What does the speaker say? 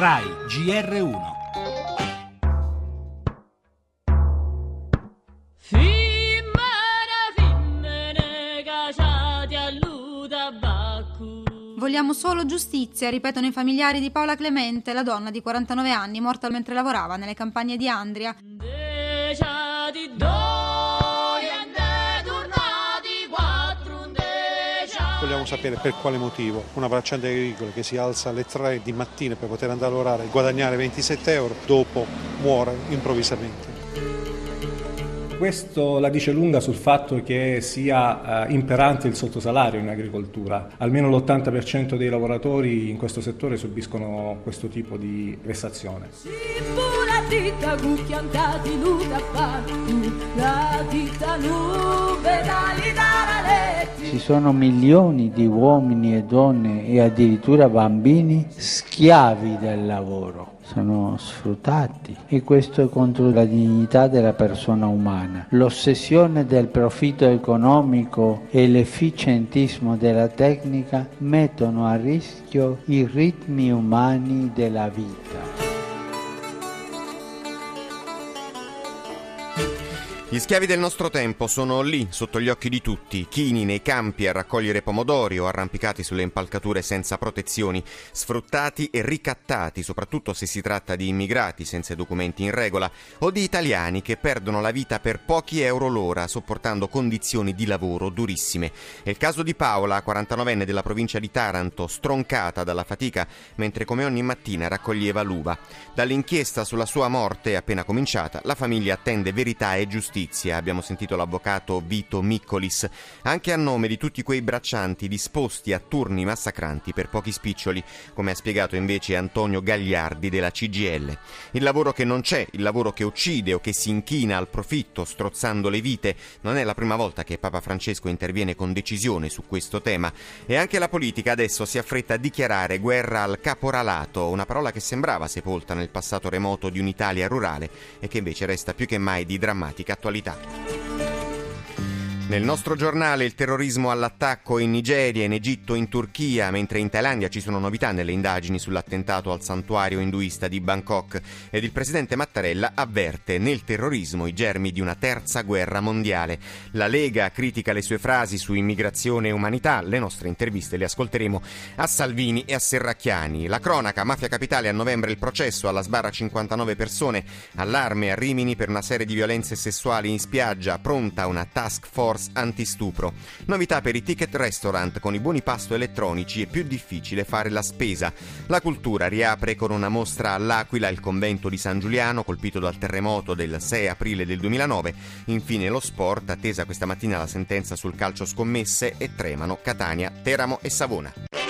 RAI GR1. Vogliamo solo giustizia, ripetono i familiari di Paola Clemente, la donna di 49 anni morta mentre lavorava nelle campagne di Andria. Vogliamo sapere per quale motivo una bracciante agricola che si alza alle 3 di mattina per poter andare a lavorare e guadagnare 27 euro, dopo muore improvvisamente. Questo la dice lunga sul fatto che sia imperante il sottosalario in agricoltura. Almeno l'80% dei lavoratori in questo settore subiscono questo tipo di vessazione. Ci sono milioni di uomini e donne e addirittura bambini schiavi del lavoro. Sono sfruttati e questo è contro la dignità della persona umana. L'ossessione del profitto economico e l'efficientismo della tecnica mettono a rischio i ritmi umani della vita. Gli schiavi del nostro tempo sono lì, sotto gli occhi di tutti, chini nei campi a raccogliere pomodori o arrampicati sulle impalcature senza protezioni, sfruttati e ricattati, soprattutto se si tratta di immigrati senza documenti in regola o di italiani che perdono la vita per pochi euro l'ora, sopportando condizioni di lavoro durissime. È il caso di Paola, 49enne della provincia di Taranto, stroncata dalla fatica mentre come ogni mattina raccoglieva l'uva. Dall'inchiesta sulla sua morte appena cominciata, la famiglia attende verità e giustizia. Abbiamo sentito l'avvocato Vito Miccolis, anche a nome di tutti quei braccianti disposti a turni massacranti per pochi spiccioli, come ha spiegato invece Antonio Gagliardi della CGIL. Il lavoro che non c'è, il lavoro che uccide o che si inchina al profitto strozzando le vite, non è la prima volta che Papa Francesco interviene con decisione su questo tema, e anche la politica adesso si affretta a dichiarare guerra al caporalato, una parola che sembrava sepolta nel passato remoto di un'Italia rurale e che invece resta più che mai di drammatica attualità. Nel nostro giornale il terrorismo all'attacco in Nigeria, in Egitto, in Turchia, mentre in Thailandia ci sono novità nelle indagini sull'attentato al santuario induista di Bangkok ed il presidente Mattarella avverte nel terrorismo i germi di una terza guerra mondiale. La Lega critica le sue frasi su immigrazione e umanità, le nostre interviste le ascolteremo a Salvini e a Serracchiani. La cronaca, Mafia Capitale a novembre il processo, alla sbarra 59 persone, allarme a Rimini per una serie di violenze sessuali in spiaggia, pronta una task force antistupro. Novità per i ticket restaurant, con i buoni pasto elettronici è più difficile fare la spesa. La cultura riapre con una mostra all'Aquila, il convento di San Giuliano colpito dal terremoto del 6 aprile del 2009. Infine lo sport, attesa questa mattina la sentenza sul calcio scommesse e tremano Catania, Teramo e Savona.